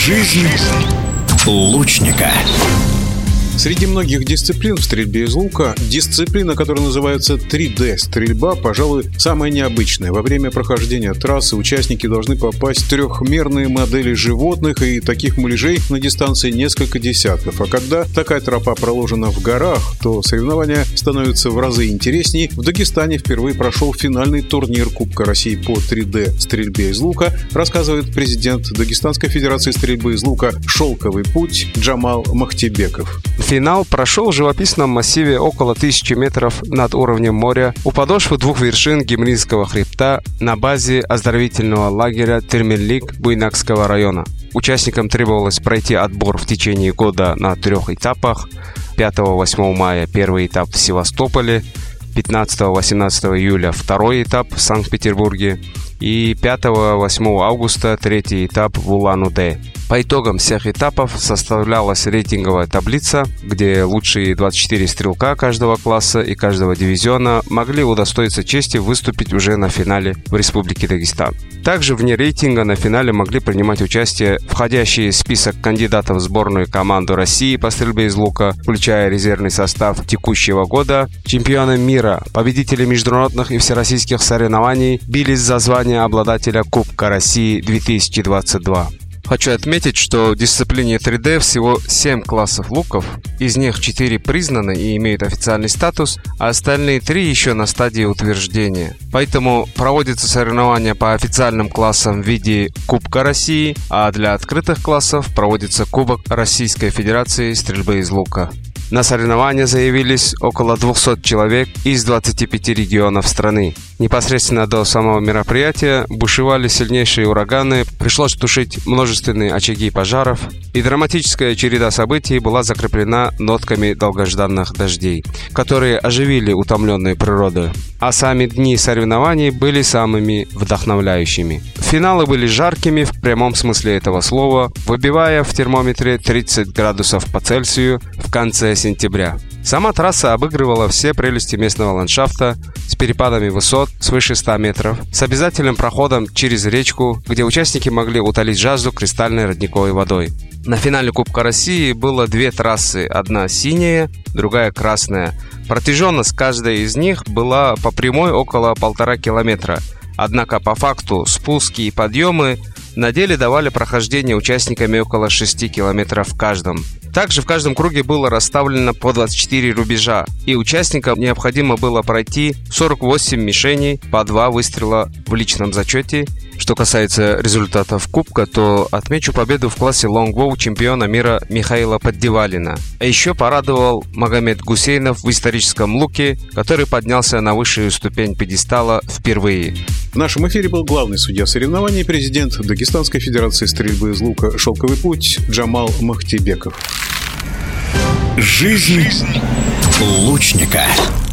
Жизнь лучника. Среди многих дисциплин в стрельбе из лука дисциплина, которая называется 3D-стрельба, пожалуй, самая необычная. Во время прохождения трассы участники должны попасть в трехмерные модели животных, и таких муляжей на дистанции несколько десятков. А когда такая тропа проложена в горах, то соревнования становятся в разы интереснее. В Дагестане впервые прошел финальный турнир Кубка России по 3D-стрельбе из лука, рассказывает президент Дагестанской Федерации стрельбы из лука «Шелковый путь» Джамал Махтибеков. Финал прошел в живописном массиве около 1000 метров над уровнем моря у подошвы двух вершин Гимринского хребта на базе оздоровительного лагеря Термеллик Буйнакского района. Участникам требовалось пройти отбор в течение года на 3 этапах. 5-8 мая первый этап в Севастополе, 15-18 июля второй этап в Санкт-Петербурге и 5-8 августа третий этап в Улан-Удэ. По итогам всех этапов составлялась рейтинговая таблица, где лучшие 24 стрелка каждого класса и каждого дивизиона могли удостоиться чести выступить уже на финале в Республике Дагестан. Также вне рейтинга на финале могли принимать участие входящие в список кандидатов в сборную команду России по стрельбе из лука, включая резервный состав текущего года, чемпионы мира, победители международных и всероссийских соревнований бились за звание обладателя Кубка России 2022. Хочу отметить, что в дисциплине 3D всего 7 классов луков, из них 4 признаны и имеют официальный статус, а остальные 3 еще на стадии утверждения. Поэтому проводятся соревнования по официальным классам в виде Кубка России, а для открытых классов проводится Кубок Российской Федерации стрельбы из лука. На соревнования заявились около 200 человек из 25 регионов страны. Непосредственно до самого мероприятия бушевали сильнейшие ураганы, пришлось тушить множественные очаги пожаров, и драматическая череда событий была закреплена нотками долгожданных дождей, которые оживили утомленную природу. А сами дни соревнований были самыми вдохновляющими. Финалы были жаркими в прямом смысле этого слова, выбивая в термометре 30 градусов по Цельсию в конце сентября. Сама трасса обыгрывала все прелести местного ландшафта с перепадами высот свыше 100 метров, с обязательным проходом через речку, где участники могли утолить жажду кристальной родниковой водой. На финале Кубка России было 2 трассы, одна синяя, другая красная. Протяженность каждой из них была по прямой около 1,5 километра. Однако по факту спуски и подъемы на деле давали прохождение участниками около 6 километров в каждом. Также в каждом круге было расставлено по 24 рубежа, и участникам необходимо было пройти 48 мишеней по 2 выстрела в личном зачете. Что касается результатов Кубка, то отмечу победу в классе лонгбоу чемпиона мира Михаила Поддевалина. А еще порадовал Магомед Гусейнов в историческом луке, который поднялся на высшую ступень пьедестала впервые. В нашем эфире был главный судья соревнований, президент Дагестанской Федерации стрельбы из лука «Шелковый путь» Джамал Махтибеков. Жизнь лучника.